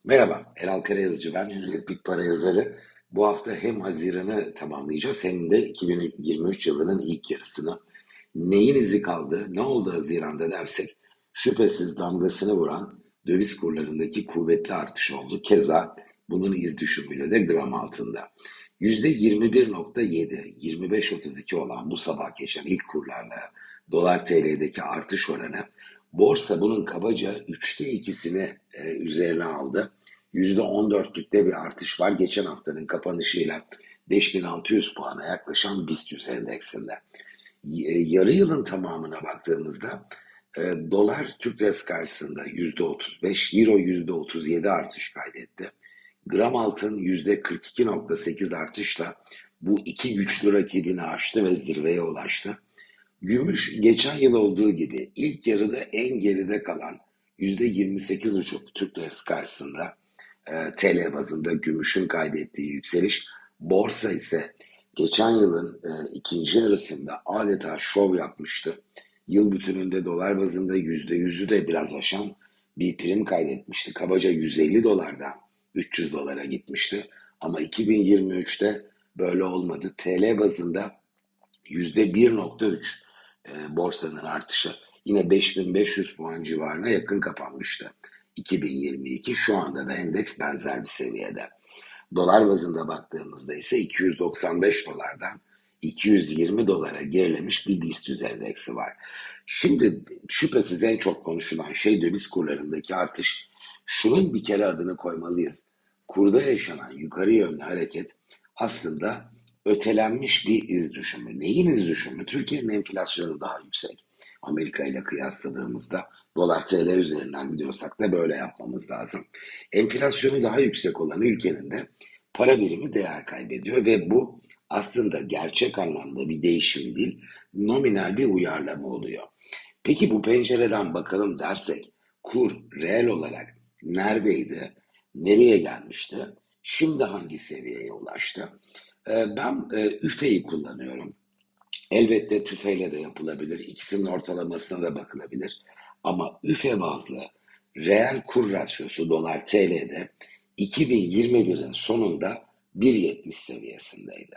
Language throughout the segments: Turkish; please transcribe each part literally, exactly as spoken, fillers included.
Merhaba, Erol Karayazıcı ben, Hürriyet Big Para yazarı. Bu hafta hem Haziran'ı tamamlayacağız hem de iki bin yirmi üç yılının ilk yarısını. Neyin izi kaldı, ne oldu Haziran'da dersek, şüphesiz damgasını vuran döviz kurlarındaki kuvvetli artış oldu. Keza bunun iz düşümüyle de gram altında. yüzde yirmi bir nokta yedi, yirmi beş otuz iki olan bu sabah geçen ilk kurlarla dolar T L'deki artış oranı, borsa bunun kabaca üçte ikisini e, üzerine aldı. yüzde on dörtlükte bir artış var. Geçen haftanın kapanışıyla beş bin altı yüz puana yaklaşan BIST yüz endeksinde. Yarı yılın tamamına baktığımızda e, dolar Türk lirası karşısında yüzde otuz beş, euro yüzde otuz yedi artış kaydetti. Gram altın yüzde kırk iki nokta sekiz artışla bu iki güçlü rakibini aştı ve zirveye ulaştı. Gümüş geçen yıl olduğu gibi ilk yarıda en geride kalan yüzde yirmi sekiz buçuk Türk lirası karşısında e, T L bazında gümüşün kaydettiği yükseliş. Borsa ise geçen yılın e, ikinci yarısında adeta şov yapmıştı. Yıl bütününde dolar bazında yüzde yüzü de biraz aşan bir prim kaydetmişti. Kabaca yüz elli dolardan üç yüz dolara gitmişti. Ama iki bin yirmi üçte böyle olmadı. T L bazında yüzde bir nokta üç e, borsanın artışı yine beş bin beş yüz puan civarına yakın kapanmıştı. iki bin yirmi iki şu anda da endeks benzer bir seviyede. Dolar bazında baktığımızda ise iki yüz doksan beş dolardan iki yüz yirmi dolara gerilemiş bir BIST yüz endeksi var. Şimdi şüphesiz en çok konuşulan şey döviz kurlarındaki artış. Şunun bir kere adını koymalıyız. Kurda yaşanan yukarı yönlü hareket aslında ötelenmiş bir iz düşümü. Neyin iz düşümü? Türkiye'nin enflasyonu daha yüksek. Amerika ile kıyasladığımızda dolar T L üzerinden gidiyorsak da böyle yapmamız lazım. Enflasyonu daha yüksek olan ülkenin de para birimi değer kaybediyor ve bu aslında gerçek anlamda bir değişim değil, nominal bir uyarlama oluyor. Peki bu pencereden bakalım dersek, kur reel olarak neredeydi, nereye gelmişti, şimdi hangi seviyeye ulaştı? Ee, Ben e, üfeyi kullanıyorum. Elbette tüfeyle de yapılabilir. İkisinin ortalamasına da bakılabilir. Ama üfe bazlı reel kur rasyosu dolar T L'de iki bin yirmi birin sonunda bir virgül yetmiş seviyesindeydi.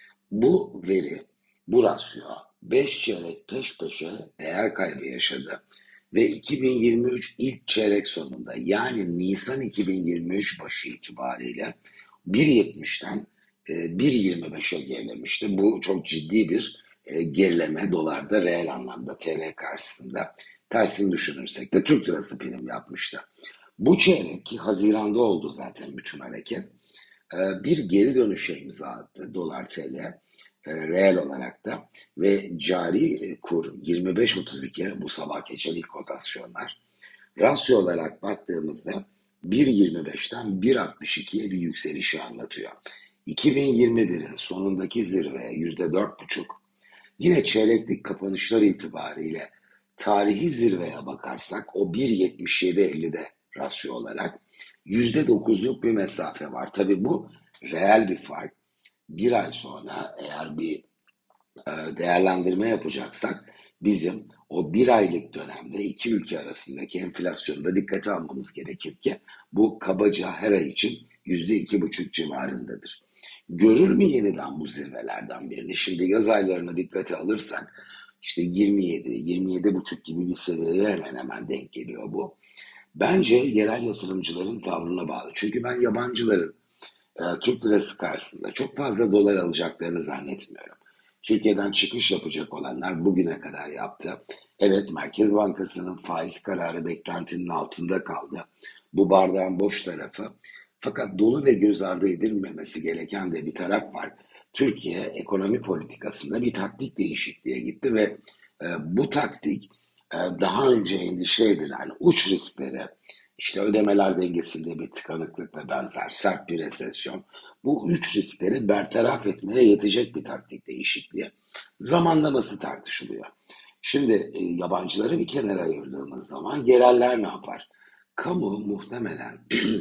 Bu veri, bu rasyo beş çeyrek peş peşe değer kaybı yaşadı ve iki bin yirmi üç ilk çeyrek sonunda yani Nisan iki bin yirmi üç başı itibariyle bir virgül yetmişten e, bir virgül yirmi beşe gerilemişti. Bu çok ciddi bir e, gerileme dolarda reel anlamda T L karşısında. Tersini düşünürsek de Türk lirası prim yapmıştı. Bu çeyrek ki Haziran'da oldu zaten bütün hareket. e, Bir geri dönüşe imza attı dolar T L e, reel olarak da ve cari e, kur yirmi beş otuz iki bu sabah geçen ilk kotasyonlar. Rasyo olarak baktığımızda bir virgül yirmi beşten bir virgül altmış ikiye bir yükselişi anlatıyor. iki bin yirmi birin sonundaki zirveye yüzde dört buçuk. Yine çeyreklik kapanışlar itibariyle tarihi zirveye bakarsak o bir virgül yetmiş yedi ellide rasyo olarak yüzde dokuzluk bir mesafe var. Tabii bu reel bir fark. Bir ay sonra eğer bir e, değerlendirme yapacaksak bizim o bir aylık dönemde iki ülke arasındaki enflasyonu da dikkate almamız gerekir ki bu kabaca her ay için yüzde iki buçuk civarındadır. Görür mü yeniden bu zirvelerden birini? Şimdi yaz aylarına dikkate alırsak işte yirmi yedi, yirmi yedi buçuk gibi bir seviyeye hemen hemen denk geliyor bu. Bence yerel yatırımcıların tavrına bağlı. Çünkü ben yabancıların e, Türk lirası karşısında çok fazla dolar alacaklarını zannetmiyorum. Türkiye'den çıkış yapacak olanlar bugüne kadar yaptı. Evet, Merkez Bankası'nın faiz kararı beklentinin altında kaldı. Bu bardağın boş tarafı. Fakat dolu ve göz ardı edilmemesi gereken de bir taraf var. Türkiye ekonomi politikasında bir taktik değişikliğe gitti ve e, bu taktik e, daha önce endişe edilen uç risklere, işte ödemeler dengesinde bir tıkanıklık ve benzer sert bir resesyon, bu üç riskleri bertaraf etmeye yetecek bir taktik değişikliği. Zamanlaması tartışılıyor. Şimdi e, yabancıları bir kenara ayırdığımız zaman yereller ne yapar? Kamu muhtemelen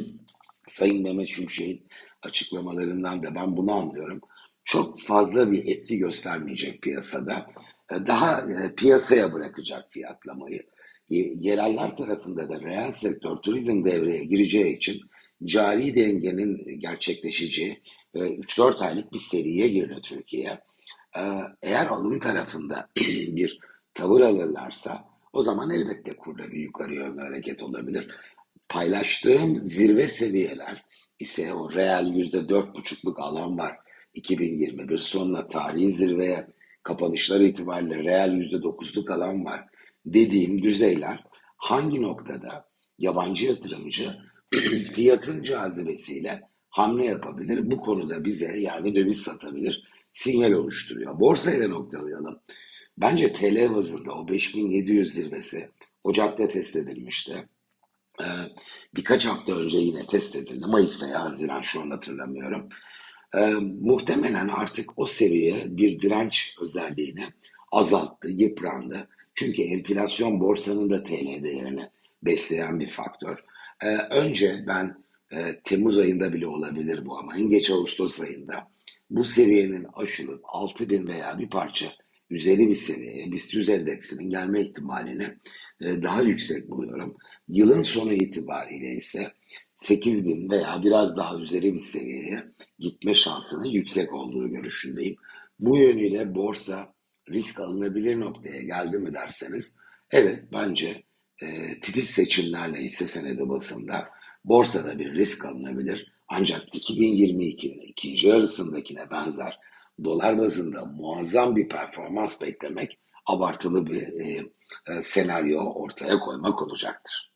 Sayın Mehmet Şimşek'in açıklamalarından da ben bunu anlıyorum. Çok fazla bir etki göstermeyecek piyasada. E, Daha e, piyasaya bırakacak fiyatlamayı. E, Yereller tarafında da reel sektör turizm devreye gireceği için cari dengenin gerçekleşeceği e, üç dört aylık bir seriye girdi Türkiye. E, Eğer alım tarafında bir tavır alırlarsa o zaman elbette kurda bir yukarı yönlü hareket olabilir. Paylaştığım zirve seviyeler ise o reel yüzde dört buçukluk alan var. iki bin yirmi bir sonuna tarihi zirveye kapanışlar itibariyle reel yüzde dokuzluk alan var dediğim düzeyler hangi noktada yabancı yatırımcı fiyatın cazibesiyle hamle yapabilir? Bu konuda bize yani döviz satabilir, sinyal oluşturuyor. Borsayla noktalayalım. Bence T L bazında o beş bin yedi yüz zirvesi Ocak'ta test edilmişti. Ee, Birkaç hafta önce yine test edildi. Mayıs veya Haziran şu an hatırlamıyorum. Ee, muhtemelen artık o seviye bir direnç özelliğini azalttı, yıprandı. Çünkü enflasyon borsanın da T L değerini besleyen bir faktör. Ee, önce ben e, Temmuz ayında bile olabilir bu ama en geç Ağustos ayında bu seviyenin aşılıp altı bin veya bir parça üzeri bir seviyeye BIST yüz endeksinin gelme ihtimalini e, daha yüksek buluyorum. Yılın sonu itibariyle ise sekiz bin veya biraz daha üzeri bir seviyeye gitme şansının yüksek olduğu görüşündeyim. Bu yönüyle borsa risk alınabilir noktaya geldi mi derseniz, evet bence e, titiz seçimlerle hisse senedi basında borsada bir risk alınabilir. Ancak iki bin yirmi ikinin ikinci yarısındakine benzer dolar bazında muazzam bir performans beklemek abartılı bir e, e, senaryo ortaya koymak olacaktır.